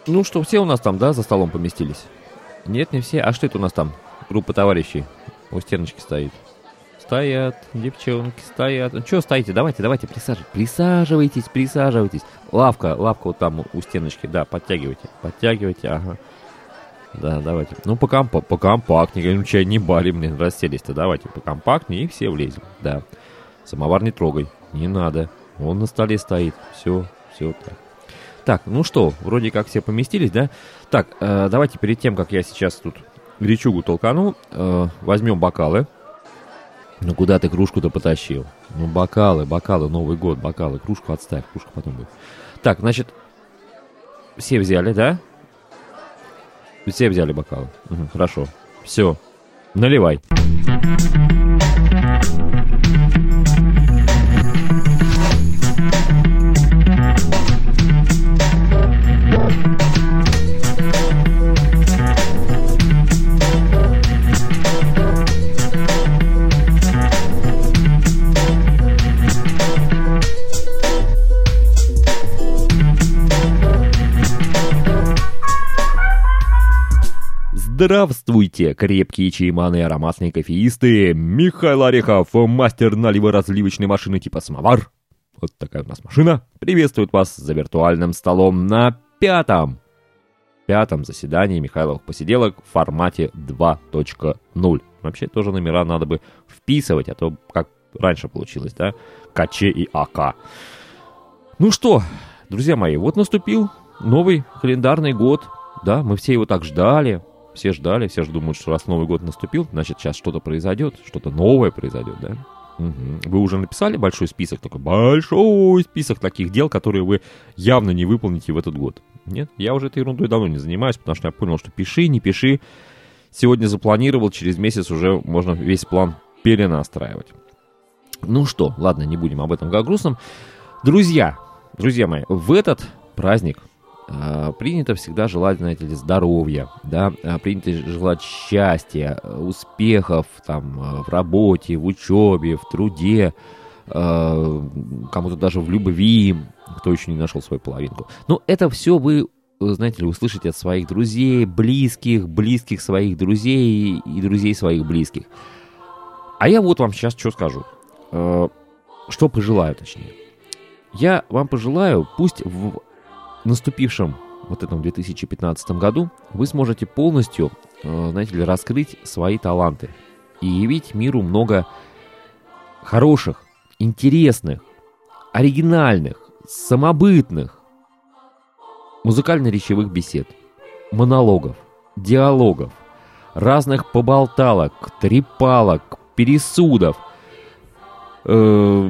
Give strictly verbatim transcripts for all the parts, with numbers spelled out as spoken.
Ну что, все у нас там, да, за столом поместились? Нет, не все. А что это у нас там? Группа товарищей у стеночки стоит. Стоят, девчонки стоят. Ну что стоите? Давайте, давайте, присаживайтесь. Присаживайтесь, присаживайтесь. Лавка, лавка вот там у стеночки. Да, подтягивайте, подтягивайте, ага. Да, давайте. Ну, покомпа- покомпактнее. Ну, чай не бали, блин, расселись-то. Давайте покомпактнее и все влезем. Да. Самовар не трогай. Не надо. Он на столе стоит. Все, все так. Так, ну что, вроде как все поместились, да? Так, э, давайте перед тем, как я сейчас тут речугу толкану, э, возьмем бокалы. Ну, куда ты кружку-то потащил? Ну, бокалы, бокалы, Новый год, бокалы. Кружку отставь, кружка потом будет. Так, значит, все взяли, да? Все взяли бокалы. Угу, хорошо. Все. Наливай. Здравствуйте, крепкие чаеманы и ароматные кофеисты. Михаил Орехов, мастер наливо-разливочной машины типа самовар. Вот такая у нас машина. Приветствует вас за виртуальным столом на пятом. Пятом заседании Михайловых посиделок в формате два точка ноль. Вообще тоже номера надо бы вписывать, а то как раньше получилось, да? КЧ и АК. Ну что, друзья мои, вот наступил новый календарный год. Да, мы все его так ждали. Все ждали, все же думают, что раз Новый год наступил, значит, сейчас что-то произойдет, что-то новое произойдет, да? Угу. Вы уже написали большой список, такой большой список таких дел, которые вы явно не выполните в этот год? Нет? Я уже этой ерундой давно не занимаюсь, потому что я понял, что пиши, не пиши. Сегодня запланировал, через месяц уже можно весь план перенастраивать. Ну что, ладно, не будем об этом как грустном. Друзья, друзья мои, в этот праздник принято всегда желать, знаете ли, здоровья, да, принято желать счастья, успехов там в работе, в учебе, в труде, кому-то даже в любви, кто еще не нашел свою половинку. Но это все вы, знаете ли, услышите от своих друзей, близких, близких своих друзей и друзей своих близких. А я вот вам сейчас что скажу, что пожелаю, точнее. Я вам пожелаю, пусть в наступившем вот этом две тысячи пятнадцатом году вы сможете полностью, э, знаете ли, раскрыть свои таланты и явить миру много хороших, интересных, оригинальных, самобытных музыкально-речевых бесед, монологов, диалогов, разных поболталок, трепалок, пересудов. Э,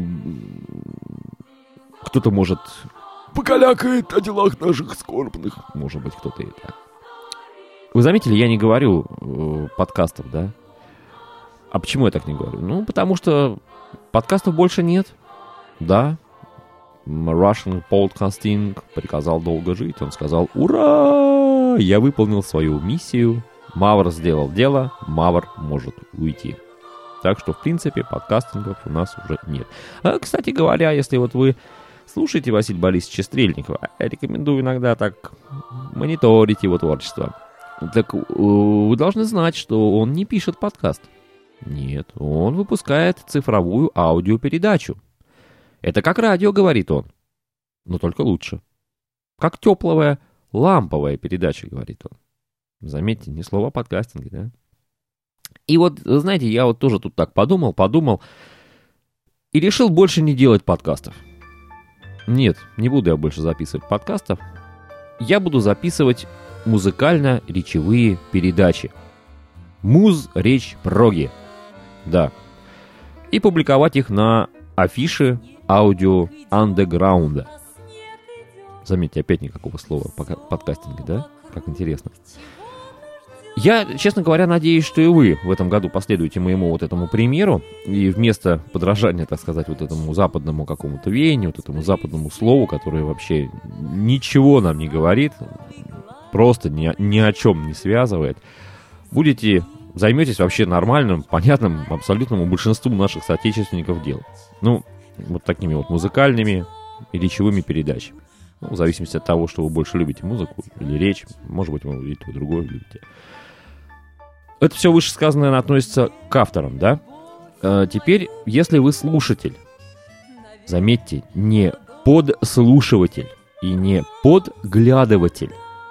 кто-то может покалякает о делах наших скорбных. Может быть, кто-то и так. Вы заметили, я не говорю э, подкастов, да? А почему я так не говорю? Ну, потому что подкастов больше нет. Да. Russian Podcasting приказал долго жить. Он сказал: ура! Я выполнил свою миссию. Мавр сделал дело. Мавр может уйти. Так что, в принципе, подкастингов у нас уже нет. А, кстати говоря, если вот вы слушайте Василия Борисовича Стрельникова, я рекомендую иногда так мониторить его творчество. Так вы должны знать, что он не пишет подкаст. Нет, он выпускает цифровую аудиопередачу. Это как радио, говорит он, но только лучше. Как теплая ламповая передача, говорит он. Заметьте, ни слова о подкастинге, да? И вот, знаете, я вот тоже тут так подумал, подумал и решил больше не делать подкастов. Нет, не буду я больше записывать подкастов. Я буду записывать музыкально-речевые передачи. Муз-речь-проги. Да. И публиковать их на афише аудио андеграунда. Заметьте, опять никакого слова подкастинга, да? Как интересно. Я, честно говоря, надеюсь, что и вы в этом году последуете моему вот этому примеру, и вместо подражания, так сказать, вот этому западному какому-то веянию, вот этому западному слову, которое вообще ничего нам не говорит, просто ни, ни о чем не связывает, будете, займетесь вообще нормальным, понятным абсолютному большинству наших соотечественников дел. Ну, вот такими вот музыкальными и речевыми передачами. Ну, в зависимости от того, что вы больше любите, музыку или речь. Может быть, вы и то, и другое любите. Это все вышесказанное относится к авторам, да? А теперь, если вы слушатель, заметьте, не подслушиватель и не подглядыватель.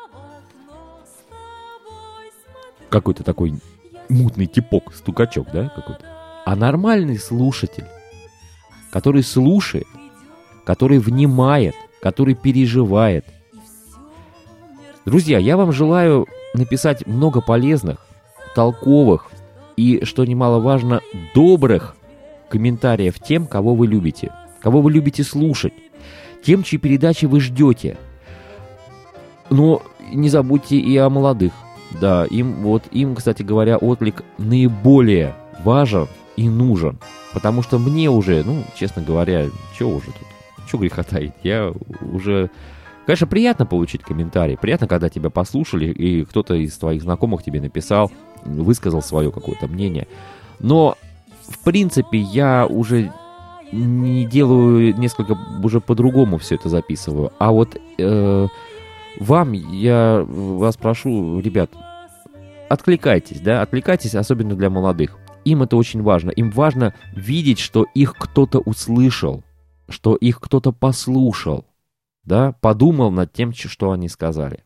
Какой-то такой мутный типок, стукачок, да, какой-то. А нормальный слушатель, который слушает, который внимает, который переживает. Друзья, я вам желаю написать много полезных, толковых и, что немаловажно, добрых комментариев тем, кого вы любите, кого вы любите слушать, тем, чьи передачи вы ждете. Но не забудьте и о молодых. Да, им, вот, им, кстати говоря, отклик наиболее важен и нужен. Потому что мне уже, ну, честно говоря, что уже тут, что греха таить, я уже... Конечно, приятно получить комментарий, приятно, когда тебя послушали, и кто-то из твоих знакомых тебе написал, высказал свое какое-то мнение. Но, в принципе, я уже не делаю несколько, уже по-другому все это записываю. А вот... Э, Вам, я вас прошу, ребят, откликайтесь, да, откликайтесь, особенно для молодых. Им это очень важно. Им важно видеть, что их кто-то услышал, что их кто-то послушал, да, подумал над тем, что они сказали.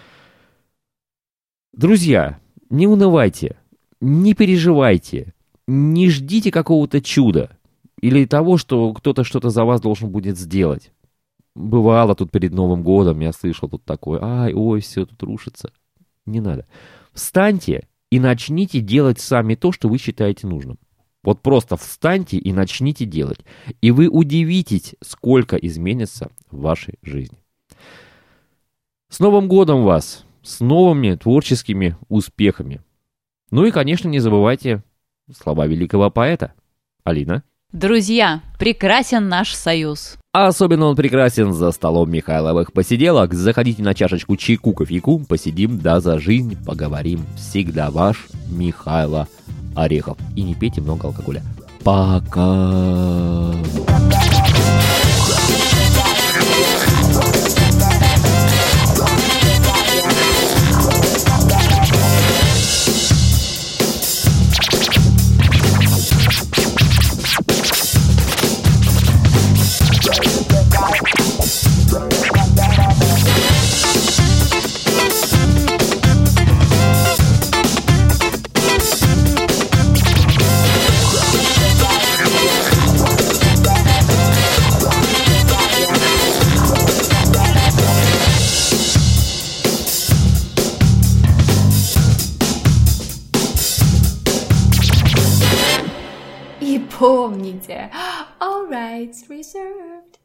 Друзья, не унывайте, не переживайте, не ждите какого-то чуда или того, что кто-то что-то за вас должен будет сделать. Бывало тут перед Новым годом, я слышал тут такое, ай, ой, все тут рушится. Не надо. Встаньте и начните делать сами то, что вы считаете нужным. Вот просто встаньте и начните делать. И вы удивитесь, сколько изменится в вашей жизни. С Новым годом вас! С новыми творческими успехами. Ну и, конечно, не забывайте слова великого поэта. Алина? Друзья, прекрасен наш союз. А особенно он прекрасен за столом Михайловых посиделок. Заходите на чашечку чайку, кофейку, посидим, да за жизнь поговорим. Всегда ваш Михайло Орехов. И не пейте много алкоголя. Пока! И помните, all rights reserved.